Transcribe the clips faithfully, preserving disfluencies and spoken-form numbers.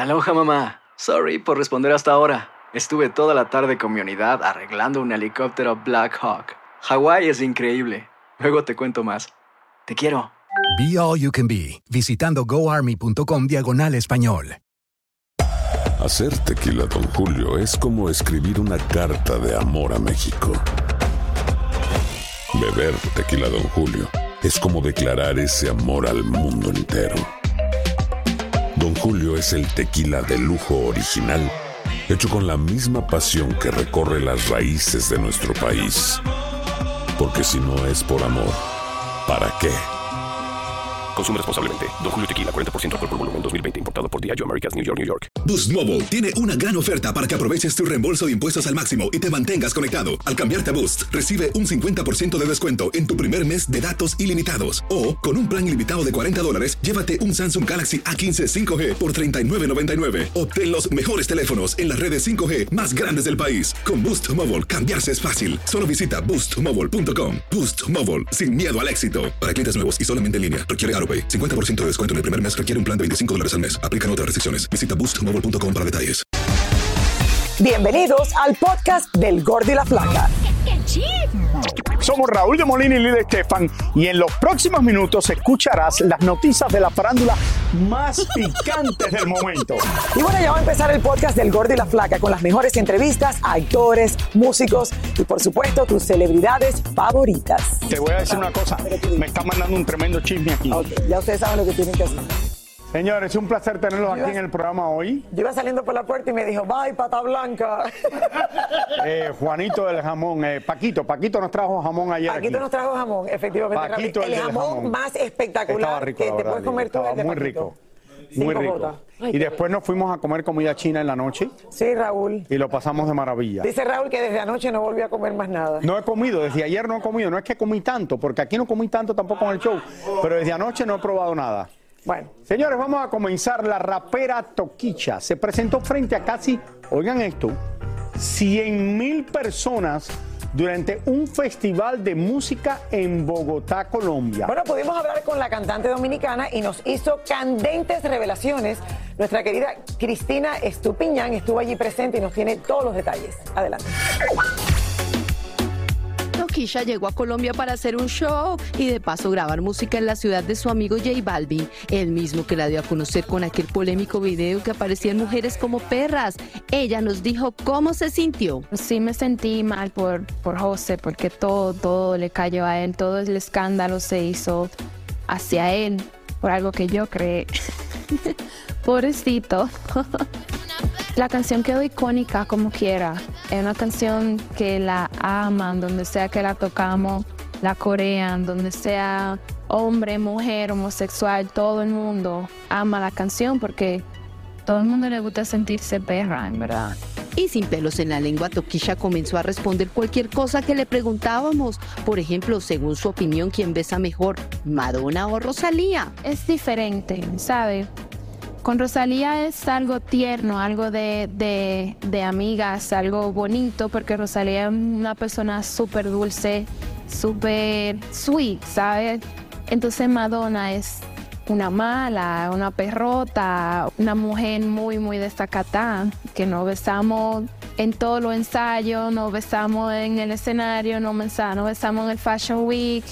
Aloha, mamá. Sorry por responder hasta ahora. Estuve toda la tarde con mi unidad arreglando un helicóptero Black Hawk. Hawái es increíble. Luego te cuento más. Te quiero. Be All You Can Be, visitando goarmy.com diagonal español. Hacer tequila Don Julio es como escribir una carta de amor a México. Beber tequila Don Julio es como declarar ese amor al mundo entero. Don Julio es el tequila de lujo original, hecho con la misma pasión que recorre las raíces de nuestro país. Porque si no es por amor, ¿para qué? Consume responsablemente. Don Julio Tequila, cuarenta por ciento alcohol por volumen, dos mil veinte. Importado por Diageo Americas, New York, New York. Boost Mobile tiene una gran oferta para que aproveches tu reembolso de impuestos al máximo y te mantengas conectado. Al cambiarte a Boost, recibe un cincuenta por ciento de descuento en tu primer mes de datos ilimitados. O, con un plan ilimitado de cuarenta dólares, llévate un Samsung Galaxy A quince cinco G por treinta y nueve noventa y nueve. Obtén los mejores teléfonos en las redes cinco G más grandes del país. Con Boost Mobile, cambiarse es fácil. Solo visita boost mobile punto com. Boost Mobile, sin miedo al éxito. Para clientes nuevos y solamente en línea, requiere AutoPay. cincuenta por ciento de descuento en el primer mes requiere un plan de veinticinco dólares al mes. Aplican otras restricciones. Visita boost mobile punto com para detalles. Bienvenidos al podcast del Gordo y la Flaca. Somos Raúl de Molina y Lidia Estefan y en los próximos minutos escucharás las noticias de la farándula más picantes del momento. Y bueno, ya va a empezar el podcast del Gordo y la Flaca con las mejores entrevistas a actores, músicos y por supuesto tus celebridades favoritas. Te voy a decir una cosa, me está mandando un tremendo chisme aquí. Okay, ya ustedes saben lo que tienen que hacer. Señores, es un placer tenerlos aquí en el programa hoy. Yo iba saliendo por la puerta y me dijo, bye, pata blanca. Eh, Juanito del jamón, eh, Paquito, Paquito nos trajo jamón ayer Paquito aquí. nos trajo jamón, efectivamente. Paquito el, el jamón, jamón más espectacular rico, que te verdad, puedes comer tú. Estaba muy rico, muy rico. Ay, y después nos fuimos a comer comida china en la noche. Sí, Raúl. Y lo pasamos de maravilla. Dice Raúl que desde anoche no volvió a comer más nada. No he comido, desde ayer no he comido. No es que comí tanto, porque aquí no comí tanto tampoco en el show. Pero desde anoche no he probado nada. Bueno. Señores, vamos a comenzar. La rapera Tokischa se presentó frente a casi, oigan esto, cien mil personas durante un festival de música en Bogotá, Colombia. Bueno, pudimos hablar con la cantante dominicana y nos hizo candentes revelaciones. Nuestra querida Cristina Estupiñán estuvo allí presente y nos tiene todos los detalles. Adelante. Tokischa llegó a Colombia para hacer un show y de paso grabar música en la ciudad de su amigo J Balvin, el mismo que la dio a conocer con aquel polémico video que aparecían mujeres como perras. Ella nos dijo cómo se sintió. Sí me sentí mal por, por José, porque todo, todo le cayó a él, todo el escándalo se hizo hacia él por algo que yo creé. Pobrecito. La canción quedó icónica como quiera. Es una canción que la aman, donde sea que la tocamos, la corean, donde sea hombre, mujer, homosexual, todo el mundo ama la canción porque todo el mundo le gusta sentirse perra, en verdad. Y sin pelos en la lengua, Tokischa comenzó a responder cualquier cosa que le preguntábamos. Por ejemplo, según su opinión, ¿quién besa mejor, Madonna o Rosalía? Es diferente, ¿sabe? Con Rosalía es algo tierno, algo de, de, de amigas, algo bonito, porque Rosalía es una persona súper dulce, súper sweet, ¿sabes? Entonces Madonna es una mala, una perrota, una mujer muy, muy desacatada, que nos besamos en todos los ensayos, nos besamos en el escenario, nos besamos, nos besamos en el Fashion Week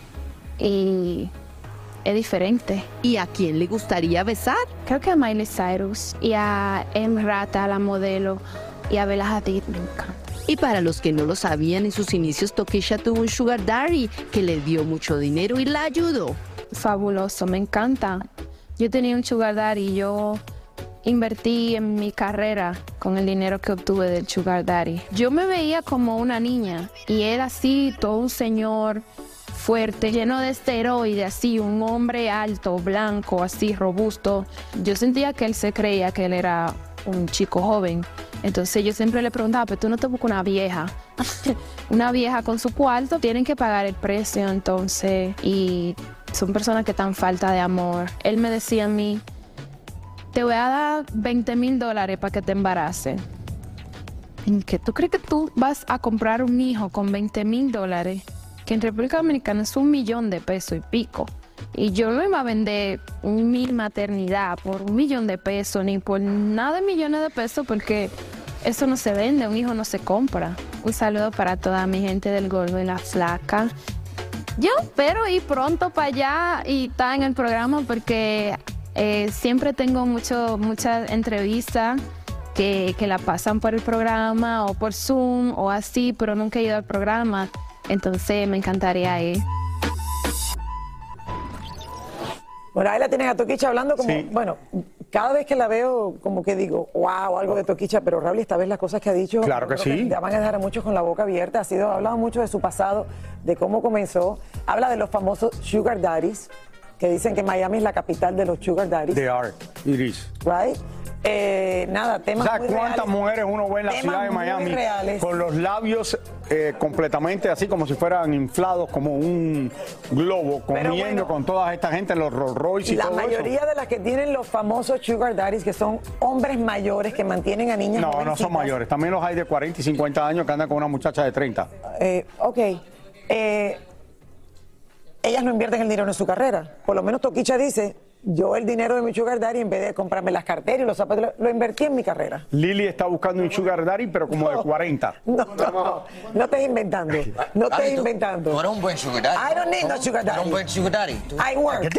y... es diferente. ¿Y a quién le gustaría besar? Creo que a Miley Cyrus y a Emrata, la modelo, y a Bella Hadid, me encanta. Y para los que no lo sabían, en sus inicios Tokischa tuvo un sugar daddy que le dio mucho dinero y la ayudó. Fabuloso, me encanta. Yo tenía un sugar daddy y yo invertí en mi carrera con el dinero que obtuve del sugar daddy. Yo me veía como una niña y él así, todo un señor fuerte, lleno de esteroides, así, un hombre alto, blanco, así, robusto. Yo sentía que él se creía que él era un chico joven. Entonces yo siempre le preguntaba, pero tú no te buscas una vieja. Una vieja con su cuarto, tienen que pagar el precio, entonces, y son personas que están falta de amor. Él me decía a mí, te voy a dar veinte mil dólares para que te embaraces. ¿En qué? ¿Tú crees que tú vas a comprar un hijo con veinte mil dólares? Que en República Dominicana es un millón de pesos y pico. Y yo no iba a vender mi maternidad por un millón de pesos, ni por nada de millones de pesos, porque eso no se vende, un hijo no se compra. Un saludo para toda mi gente del Gordo y la Flaca. Yo espero ir pronto para allá y estar en el programa, porque eh, siempre tengo mucho, muchas entrevistas que, que la pasan por el programa o por Zoom o así, pero nunca he ido al programa. Entonces me encantaría ir. Bueno, ahí la tienen a Toquicha hablando como, Sí. bueno, cada vez que la veo como que digo, wow, algo de Toquicha, pero Raúl, esta vez las cosas que ha dicho, Claro que creo sí. ya van a dejar a muchos con la boca abierta. Ha sido, ha hablado mucho de su pasado, de cómo comenzó. Habla de los famosos sugar daddies, que dicen que Miami es la capital de los sugar daddies, They are, it is. right? Eh, nada, temas ¿Sabes muy cuántas reales. mujeres uno ve en la Temas ciudad de muy Miami reales. con los labios eh, completamente así como si fueran inflados como un globo, comiendo bueno, con toda esta gente, los Rolls Royce y La todo mayoría eso? de las que tienen los famosos sugar daddies, que son hombres mayores que mantienen a niñas No, no jovencitas. son mayores. También los hay de cuarenta y cincuenta años que andan con una muchacha de treinta. Eh, ok. Eh, ellas no invierten el dinero en su carrera. Por lo menos Toquicha dice, yo el dinero de mi sugar daddy, en vez de comprarme las carteras y los zapatos, lo, lo invertí en mi carrera. Lili está buscando un sugar daddy, pero como de cuarenta. No, no, no, no estés inventando. No estés Ay, tú- inventando. Tú eres un buen sugar daddy. I don't need no sugar Tú eres daddy. un buen sugar daddy. Tú- I work.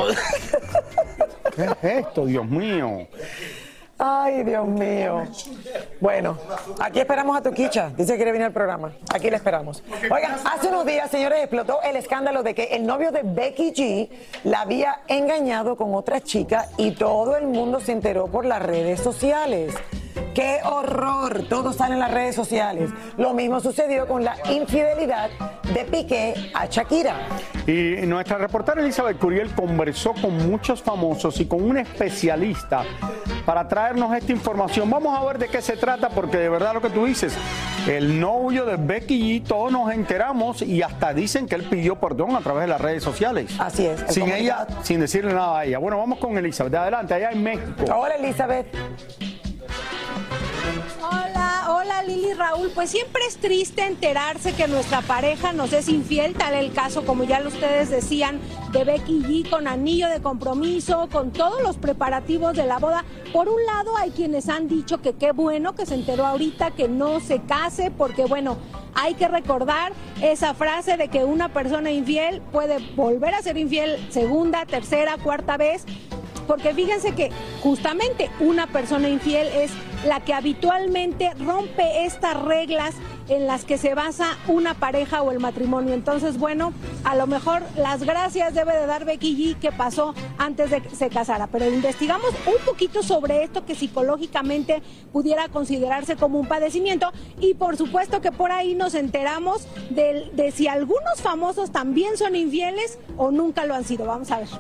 ¿Qué es esto, Dios mío? Ay, Dios mío. Bueno, aquí esperamos a Toquicha. Dice que quiere venir al programa. Aquí le esperamos. Oigan, hace unos días, señores, explotó el escándalo de que el novio de Becky G la había engañado con otra chica y todo el mundo se enteró por las redes sociales. ¡Qué horror! Todo sale en las redes sociales. Lo mismo sucedió con la infidelidad de Piqué a Shakira. Y nuestra reportera Elizabeth Curiel conversó con muchos famosos y con un especialista para traernos esta información. Vamos a ver de qué se trata, porque de verdad lo que tú dices, el novio de Becky G, todos nos enteramos y hasta dicen que él pidió perdón a través de las redes sociales. Así es. el Sin comunicado. ella, sin decirle nada a ella. Bueno, vamos con Elizabeth. De adelante, allá en México. Hola, Elizabeth. Hola, hola Lili, Raúl. Pues siempre es triste enterarse que nuestra pareja nos es infiel, tal el caso, como ya ustedes decían, de Becky G con anillo de compromiso, con todos los preparativos de la boda. Por un lado hay quienes han dicho que qué bueno que se enteró ahorita, que no se case, porque bueno, hay que recordar esa frase de que una persona infiel puede volver a ser infiel segunda, tercera, cuarta vez. Porque fíjense que justamente una persona infiel es la que habitualmente rompe estas reglas en las que se basa una pareja o el matrimonio. Entonces, bueno, a lo mejor las gracias debe de dar Becky G que pasó antes de que se casara. Pero investigamos un poquito sobre esto que psicológicamente pudiera considerarse como un padecimiento y por supuesto que por ahí nos enteramos de, de si algunos famosos también son infieles o nunca lo han sido. Vamos a ver.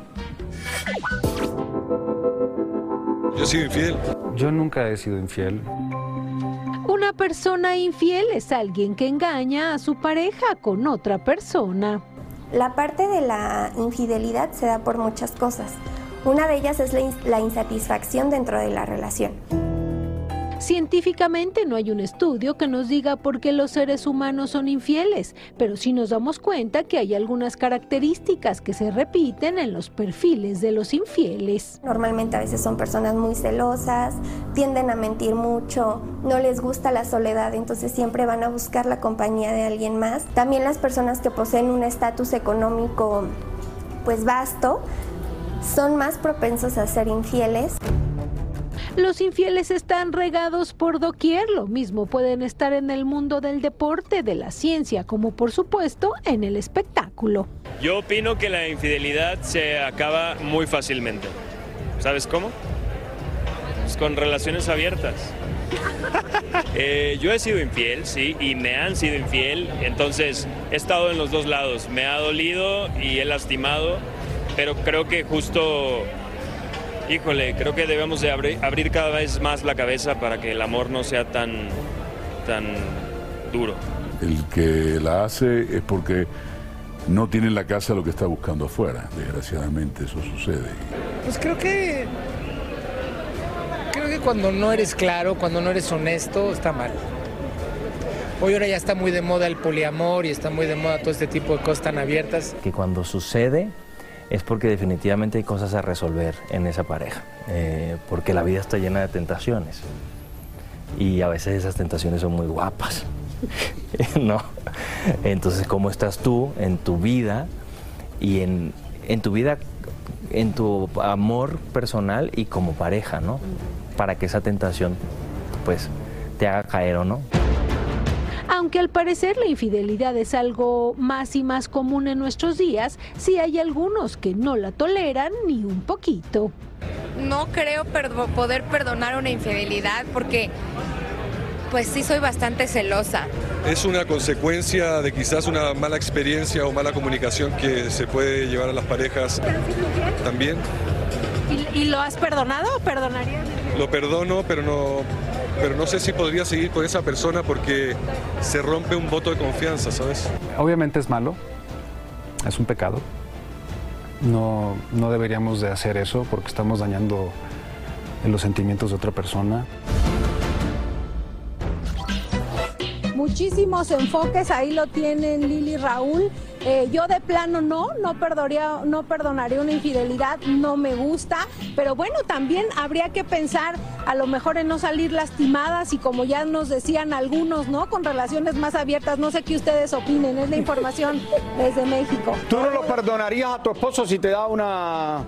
Yo he sido infiel. Yo nunca he sido infiel. Una persona infiel es alguien que engaña a su pareja con otra persona. La parte de la infidelidad se da por muchas cosas. Una de ellas es la, ins- la insatisfacción dentro de la relación. Científicamente no hay un estudio que nos diga por qué los seres humanos son infieles, pero sí nos damos cuenta que hay algunas características que se repiten en los perfiles de los infieles. Normalmente a veces son personas muy celosas, tienden a mentir mucho, no les gusta la soledad, entonces siempre van a buscar la compañía de alguien más. También las personas que poseen un estatus económico pues vasto son más propensos a ser infieles. Los infieles están regados por doquier, lo mismo pueden estar en el mundo del deporte, de la ciencia, como por supuesto en el espectáculo. Yo opino que la infidelidad se acaba muy fácilmente. ¿Sabes cómo? Pues con relaciones abiertas. Eh, yo he sido infiel, sí, y me han sido infiel, entonces he estado en los dos lados. Me ha dolido y he lastimado, pero creo que justo... Híjole, creo que debemos de abrir, abrir cada vez más la cabeza para que el amor no sea tan, tan duro. El que la hace es porque no tiene en la casa lo que está buscando afuera. Desgraciadamente eso sucede. Pues creo que creo que cuando no eres claro, cuando no eres honesto, está mal. Hoy ahora ya está muy de moda el poliamor y está muy de moda todo este tipo de cosas tan abiertas. Que cuando sucede es porque definitivamente hay cosas a resolver en esa pareja, eh, porque la vida está llena de tentaciones y a veces esas tentaciones son muy guapas, ¿no? Entonces, ¿cómo estás tú en tu vida y en, en tu vida, en tu amor personal y como pareja, ¿no? Para que esa tentación, pues, te haga caer o no. Aunque al parecer la infidelidad es algo más y más común en nuestros días, sí hay algunos que no la toleran ni un poquito. No creo perdo- poder perdonar una infidelidad porque pues sí soy bastante celosa. Es una consecuencia de quizás una mala experiencia o mala comunicación que se puede llevar a las parejas también. ¿Y, y lo has perdonado o perdonarías? Lo perdono, pero no, pero no sé si podría seguir con esa persona porque se rompe un voto de confianza, ¿sabes? Obviamente es malo, es un pecado. No, no deberíamos de hacer eso porque estamos dañando los sentimientos de otra persona. Muchísimos enfoques, ahí lo tienen Lili, Raúl. Eh, yo de plano no, no perdonaría, no perdonaría una infidelidad, no me gusta, pero bueno, también habría que pensar a lo mejor en no salir lastimadas y como ya nos decían algunos, ¿no? Con relaciones más abiertas, no sé qué ustedes opinen, es la información desde México. ¿Tú no lo perdonarías a tu esposo si te da una...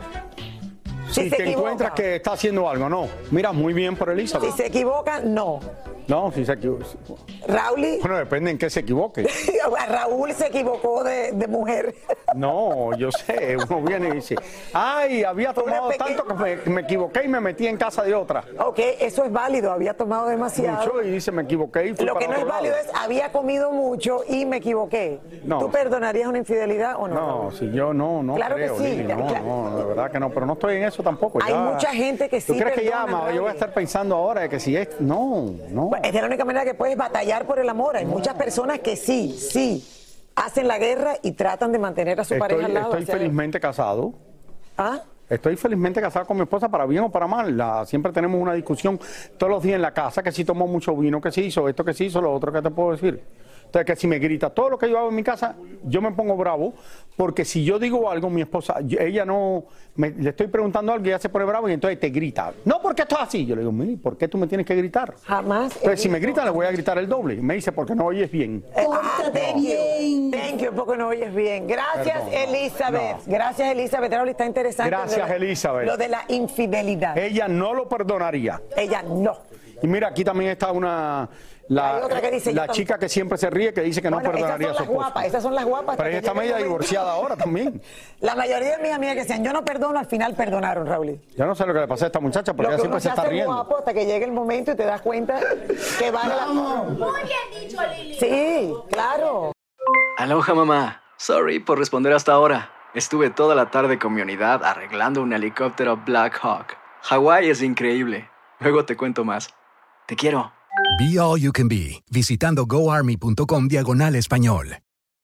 Si, Si te se equivoca. encuentras que está haciendo algo? No. Mira, muy bien por Elizabeth. Si se equivoca, no. No, si se equivoca. Raúl. Bueno, depende en qué se equivoque. Raúl se equivocó de, de mujer. No, yo sé, uno viene y dice, ay, había tomado tanto que me, me equivoqué y me metí en casa de otra. Ok, eso es válido, había tomado demasiado. Mucho y dice, me equivoqué y fui Lo para que no es otro válido lado. es, había comido mucho y me equivoqué. No. ¿Tú perdonarías una infidelidad o no? No, si yo no, no Claro que creo, sí, Lili, no, claro. no, de verdad que no, pero no estoy en eso tampoco. Hay ya. mucha gente que sí ¿Tú crees que ya, perdona, ma, yo voy a estar pensando ahora de que si es, no, no. Pues, es de la única manera que puedes batallar por el amor. Hay muchas personas que sí, sí, hacen la guerra y tratan de mantener a su pareja Estoy, al lado. estoy o sea, felizmente casado. ¿Ah? Estoy felizmente casado con mi esposa, para bien o para mal. La- siempre tenemos una discusión todos los días en la casa, que si tomó mucho vino, que si hizo esto, que si hizo lo otro, que te puedo decir. Entonces, que si me grita todo lo que yo hago en mi casa, yo me pongo bravo, porque si yo digo algo, mi esposa, yo- ella no, me- le estoy preguntando algo y ella se pone bravo y entonces te grita. No, porque esto es así. Yo le digo, mire, ¿por qué tú me tienes que gritar? Jamás. Entonces, si me grita, le voy a gritar el doble. Me dice, porque no oyes bien. Eh, ah, thank you. Thank you, porque no oyes bien. Gracias, Perdón, no, Elizabeth. no. Gracias, Elizabeth. Raúl, está interesante. Gracias, lo de- Elizabeth. Lo de la infidelidad. Ella no lo perdonaría. Ella no. Y mira, aquí también está una... La, Hay otra que dice, la yo tam- chica que siempre se ríe, que dice que no Bueno, perdonaría a esas su son las esposo. guapas, esas son las guapas. Pero ella está media divorciada ahora también. La mayoría de mis amigas que decían, yo no perdono, al final perdonaron, Raúl. Yo no sé lo que le pasa a esta muchacha, porque Lo ella que uno siempre se se está hace riendo. guapo hasta que llegue el momento y te das cuenta que vale la pena. Muy bien dicho, Lili. Sí, claro. Aloha, mamá. Sorry por responder hasta ahora. Estuve toda la tarde con mi unidad arreglando un helicóptero Black Hawk. Hawái es increíble. Luego te cuento más. Te quiero. Be All You Can Be, visitando goarmy.com diagonal español.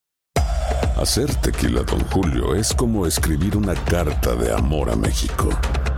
Hacer tequila Don Julio es como escribir una carta de amor a México.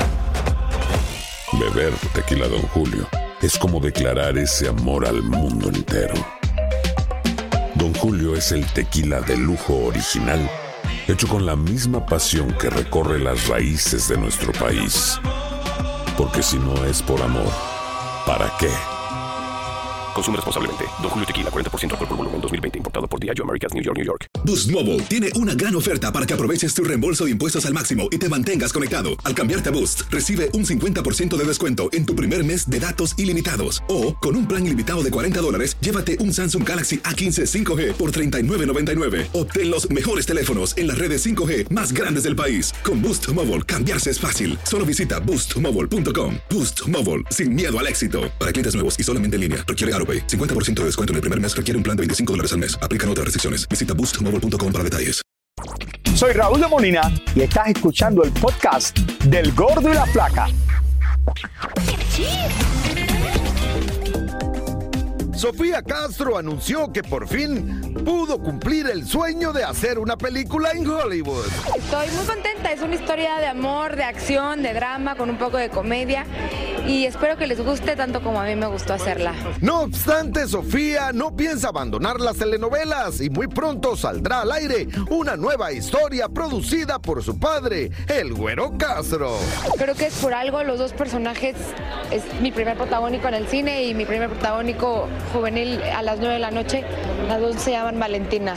Beber tequila Don Julio es como declarar ese amor al mundo entero. Don Julio es el tequila de lujo original, hecho con la misma pasión que recorre las raíces de nuestro país. Porque si no es por amor, ¿para qué? Consume responsablemente. Don Julio Tequila, cuarenta por ciento alcohol por volumen, dos mil veinte. Importado por Diageo Americas, New York, New York. Boost Mobile tiene una gran oferta para que aproveches tu reembolso de impuestos al máximo y te mantengas conectado. Al cambiarte a Boost, recibe un cincuenta por ciento de descuento en tu primer mes de datos ilimitados. O, con un plan ilimitado de cuarenta dólares, llévate un Samsung Galaxy A quince cinco G por treinta y nueve noventa y nueve. Obtén los mejores teléfonos en las redes cinco G más grandes del país. Con Boost Mobile, cambiarse es fácil. Solo visita boost mobile punto com. Boost Mobile, sin miedo al éxito. Para clientes nuevos y solamente en línea, requiere AutoPay. cincuenta por ciento de descuento en el primer mes requiere un plan de veinticinco dólares al mes. Aplican otras restricciones. Visita boost mobile punto com para detalles. Soy Raúl de Molina y estás escuchando el podcast del Gordo y la Flaca. Sofía Castro anunció que por fin pudo cumplir el sueño de hacer una película en Hollywood. Estoy muy contenta, es una historia de amor, de acción, de drama, con un poco de comedia. y espero que les guste tanto como a mí me gustó hacerla. No obstante, Sofía no piensa abandonar las telenovelas y muy pronto saldrá al aire una nueva historia producida por su padre, el Güero Castro. Creo que es por algo, los dos personajes, es mi primer protagónico en el cine y mi primer protagónico juvenil a las nueve de la noche, las dos se llaman Valentina.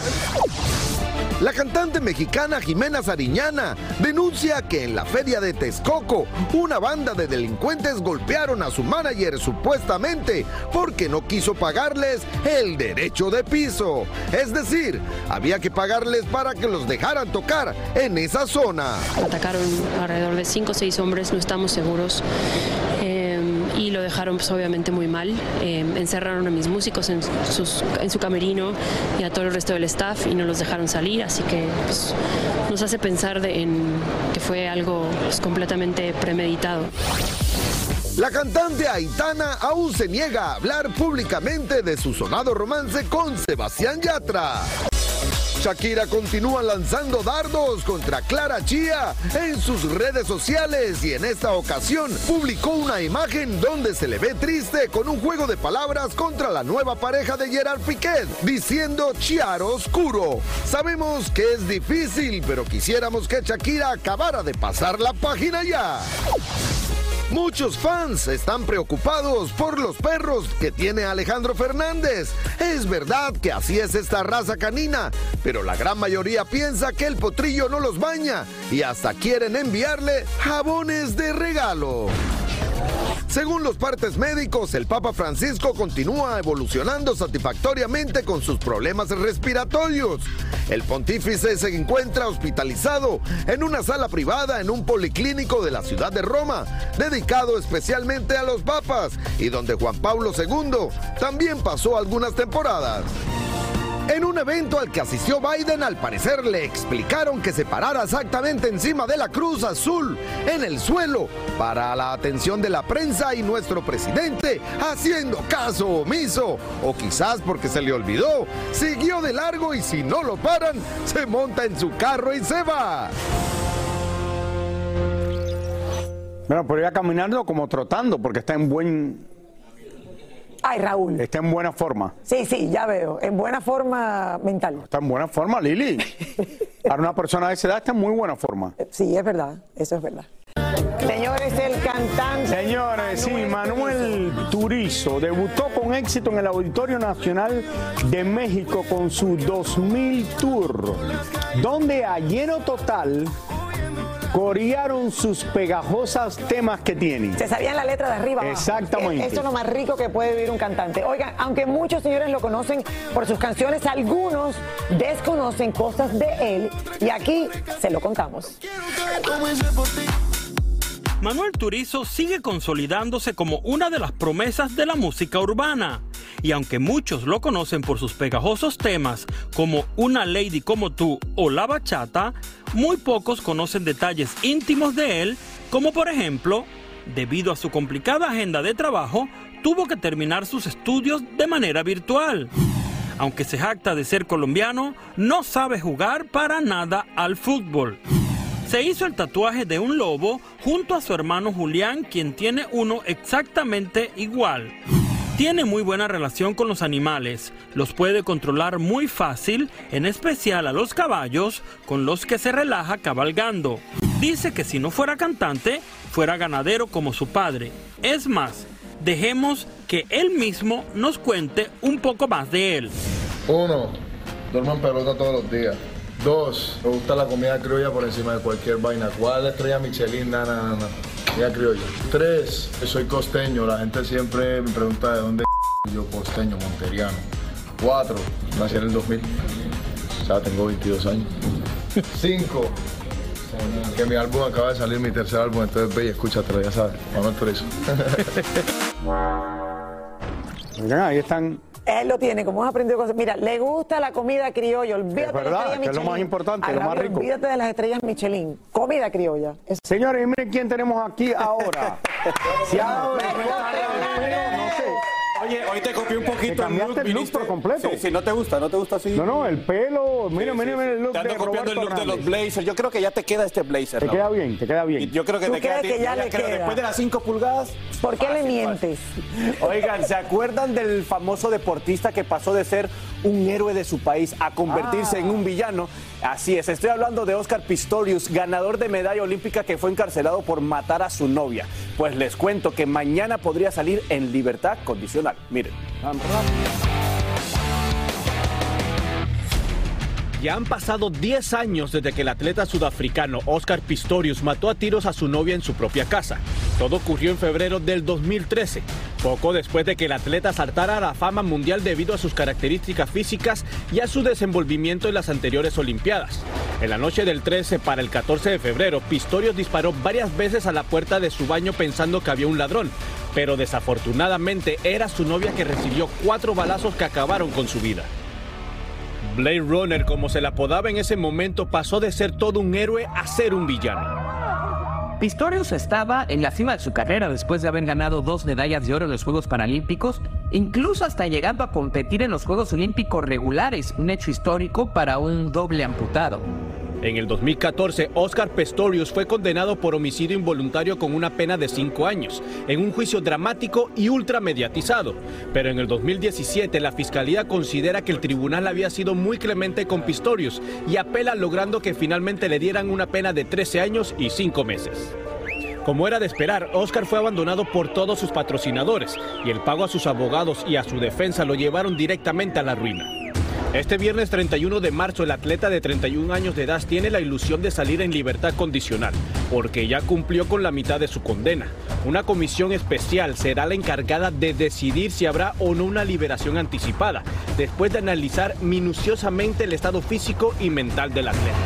La cantante mexicana Jimena Sariñana denuncia que en la feria de Texcoco una banda de delincuentes golpearon a su manager supuestamente porque no quiso pagarles el derecho de piso. Es decir, había que pagarles para que los dejaran tocar en esa zona. Atacaron alrededor de cinco o seis hombres, no estamos seguros. Eh, y lo dejaron pues, obviamente muy mal. Eh, encerraron a mis músicos en, sus, en su camerino y a todo el resto del staff y no los dejaron salir, así que pues, nos hace pensar de, en que fue algo pues, completamente premeditado. La cantante Aitana aún se niega a hablar públicamente de su sonado romance con Sebastián Yatra. Shakira continúa lanzando dardos contra Clara Chía en sus redes sociales y en esta ocasión publicó una imagen donde se le ve triste con un juego de palabras contra la nueva pareja de Gerard Piqué, diciendo chiaroscuro. Sabemos que es difícil, pero quisiéramos que Shakira acabara de pasar la página ya. Muchos fans están preocupados por los perros que tiene Alejandro Fernández. Es verdad que así es esta raza canina, pero la gran mayoría piensa que el potrillo no los baña y hasta quieren enviarle jabones de regalo. Según los partes médicos, el Papa Francisco continúa evolucionando satisfactoriamente con sus problemas respiratorios. El pontífice se encuentra hospitalizado en una sala privada en un policlínico de la ciudad de Roma, dedicado especialmente a los papas, y donde Juan Pablo segundo también pasó algunas temporadas. En un evento al que asistió Biden, al parecer le explicaron que se parara exactamente encima de la cruz azul en el suelo para la atención de la prensa y nuestro presidente, haciendo caso omiso, o quizás porque se le olvidó, siguió de largo y si no lo paran, se monta en su carro y se va. Bueno, pero ya caminando como trotando porque está en buen... Ay, Raúl. Está en buena forma. Sí, sí, ya veo. En buena forma mental. Está en buena forma, Lili. Para una persona de esa edad está en muy buena forma. Sí, es verdad. Eso es verdad. Señores, el cantante... Señores, sí, Manuel Turizo debutó con éxito en el Auditorio Nacional de México con su dos mil Tour, donde a lleno total corearon sus pegajosas temas que tienen. Se sabían la letra de arriba abajo. Exactamente. Eso es lo más rico que puede vivir un cantante. Oigan, aunque muchos señores lo conocen por sus canciones, algunos desconocen cosas de él y aquí se lo contamos. Manuel Turizo sigue consolidándose como una de las promesas de la música urbana. Y aunque muchos lo conocen por sus pegajosos temas como Una Lady Como Tú o La Bachata, muy pocos conocen detalles íntimos de él, como por ejemplo, debido a su complicada agenda de trabajo, tuvo que terminar sus estudios de manera virtual. Aunque se jacta de ser colombiano, no sabe jugar para nada al fútbol. Se hizo el tatuaje de un lobo junto a su hermano Julián, quien tiene uno exactamente igual. Tiene muy buena relación con los animales, los puede controlar muy fácil, en especial a los caballos, con los que se relaja cabalgando. Dice que si no fuera cantante, fuera ganadero como su padre. Es más, dejemos que él mismo nos cuente un poco más de él. Uno, duermo en pelota todos los días. Dos, me gusta la comida criolla por encima de cualquier vaina. ¿Cuál estrella Michelin? Nada, nada, nada. Comida criolla. Tres, soy costeño. La gente siempre me pregunta de dónde yo costeño, monteriano. Cuatro, nací en el dos mil. O sea, tengo veintidós años. Cinco, que mi álbum acaba de salir, mi tercer álbum, entonces ve y escúchatelo, ya sabes. Manuel Turizo. Miren, ahí están. Él lo tiene, como has aprendido cosas. Mira, le gusta la comida criolla, olvídate es verdad, de las estrellas que Michelin. es lo más importante, Ay, lo más Raúl, rico. Olvídate de las estrellas Michelin. Comida criolla. Es... Señores, y miren quién tenemos aquí ahora. Si ahora no sé. Oye, hoy te copié un poquito. Te cambiaste el look por completo. Sí, sí, no te gusta, no te gusta así. No, no, el pelo. Mira, Sí, mira, sí, mira sí. el look Te ando de copiando el Roberto look de los Hernández. blazers. Yo creo que ya te queda este blazer. Te Raúl. queda bien, te queda bien. Y yo creo que ¿Tú te queda crees que ya le creo, queda? después de las cinco pulgadas. ¿Por qué le mientes? Oigan, ¿se acuerdan del famoso deportista que pasó de ser un héroe de su país a convertirse Ah. en un villano? Así es, estoy hablando de Oscar Pistorius, ganador de medalla olímpica que fue encarcelado por matar a su novia. Pues les cuento que mañana podría salir en libertad condicional. Miren. Ya han pasado diez años desde que el atleta sudafricano Oscar Pistorius mató a tiros a su novia en su propia casa. Todo ocurrió en febrero del dos mil trece, poco después de que el atleta saltara a la fama mundial debido a sus características físicas y a su desenvolvimiento en las anteriores Olimpiadas. En la noche del trece para el catorce de febrero, Pistorius disparó varias veces a la puerta de su baño pensando que había un ladrón, pero desafortunadamente era su novia que recibió cuatro balazos que acabaron con su vida. Blade Runner, como se le apodaba en ese momento, pasó de ser todo un héroe a ser un villano. Pistorius estaba en la cima de su carrera después de haber ganado dos medallas de oro en los Juegos Paralímpicos, incluso hasta llegando a competir en los Juegos Olímpicos regulares, un hecho histórico para un doble amputado. En el dos mil catorce, Oscar Pistorius fue condenado por homicidio involuntario con una pena de cinco años, en un juicio dramático y ultramediatizado. Pero en el dos mil diecisiete, la Fiscalía considera que el tribunal había sido muy clemente con Pistorius y apela logrando que finalmente le dieran una pena de trece años y cinco meses. Como era de esperar, Oscar fue abandonado por todos sus patrocinadores y el pago a sus abogados y a su defensa lo llevaron directamente a la ruina. Este viernes treinta y uno de marzo, el atleta de treinta y un años de edad tiene la ilusión de salir en libertad condicional, porque ya cumplió con la mitad de su condena. Una comisión especial será la encargada de decidir si habrá o no una liberación anticipada, después de analizar minuciosamente el estado físico y mental del atleta.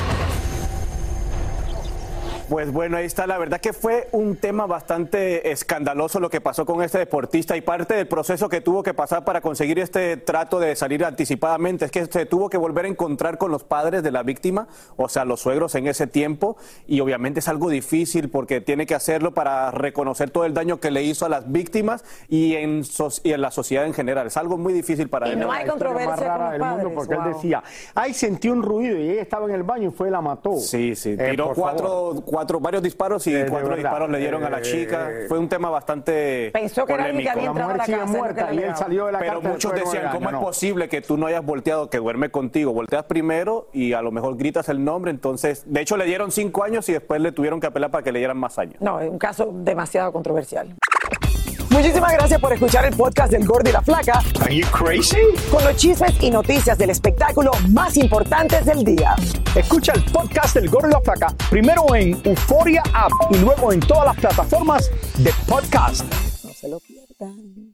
Pues bueno, ahí está. La verdad que fue un tema bastante escandaloso lo que pasó con este deportista y parte del proceso que tuvo que pasar para conseguir este trato de salir anticipadamente es que se tuvo que volver a encontrar con los padres de la víctima, o sea, los suegros en ese tiempo, y obviamente es algo difícil porque tiene que hacerlo para reconocer todo el daño que le hizo a las víctimas y en, so y en la sociedad en general. Es algo muy difícil para y él. no hay controversia más rara con del los mundo padres. porque Wow. él decía, ay, sentí un ruido y ella estaba en el baño y fue y la mató. Sí, sí, Eh, tiró por cuatro, favor. cuatro, varios disparos y Eh, de cuatro verdad. disparos le dieron a la Eh, chica. Fue un tema bastante Pensó que era alguien que polémico. había entrado a la sigue casa. muerta no que y le él había salió de la Pero cárcel muchos después de decían, nueve ¿cómo años? es No. posible que tú no hayas volteado, que duerme contigo? Volteas primero y a lo mejor gritas el nombre. Entonces, de hecho, le dieron cinco años y después le tuvieron que apelar para que le dieran más años. No, es un caso demasiado controversial. Muchísimas gracias por escuchar el podcast del Gordo y la Flaca. Are you crazy? Con los chismes y noticias del espectáculo más importantes del día. Escucha el podcast del Gordo y la Flaca primero en Euforia App y luego en todas las plataformas de podcast. No se lo pierdan.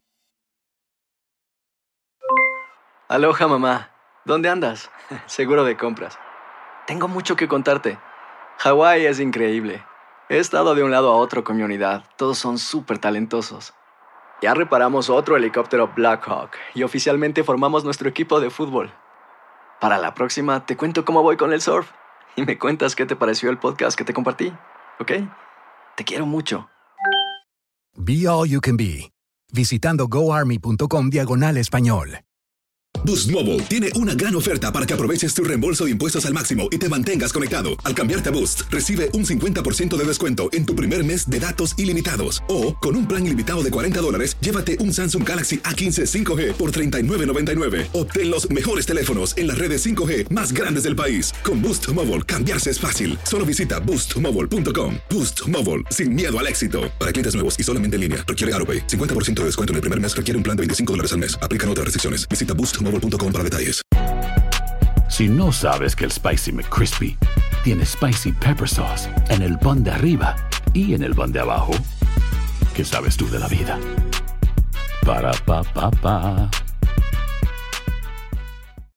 Aloha, mamá. ¿Dónde andas? Seguro de compras. Tengo mucho que contarte. Hawái es increíble. He estado de un lado a otro con mi unidad. Todos son súper talentosos. Ya reparamos otro helicóptero Black Hawk y oficialmente formamos nuestro equipo de fútbol. Para la próxima te cuento cómo voy con el surf y me cuentas qué te pareció el podcast que te compartí, ¿ok? Te quiero mucho. Be All You Can Be, visitando goarmy.com diagonal español. Boost Mobile tiene una gran oferta para que aproveches tu reembolso de impuestos al máximo y te mantengas conectado. Al cambiarte a Boost, recibe un cincuenta por ciento de descuento en tu primer mes de datos ilimitados. O, con un plan ilimitado de cuarenta dólares, llévate un Samsung Galaxy A quince cinco G por treinta y nueve noventa y nueve. Obtén los mejores teléfonos en las redes cinco G más grandes del país. Con Boost Mobile, cambiarse es fácil. Solo visita boost mobile punto com. Boost Mobile, sin miedo al éxito. Para clientes nuevos y solamente en línea, requiere AutoPay. cincuenta por ciento de descuento en el primer mes requiere un plan de veinticinco dólares al mes. Aplican otras restricciones. Visita boost mobile punto com para detalles. Si no sabes que el Spicy McCrispy tiene Spicy Pepper Sauce en el pan de arriba y en el pan de abajo, ¿qué sabes tú de la vida? Para, pa, pa, pa.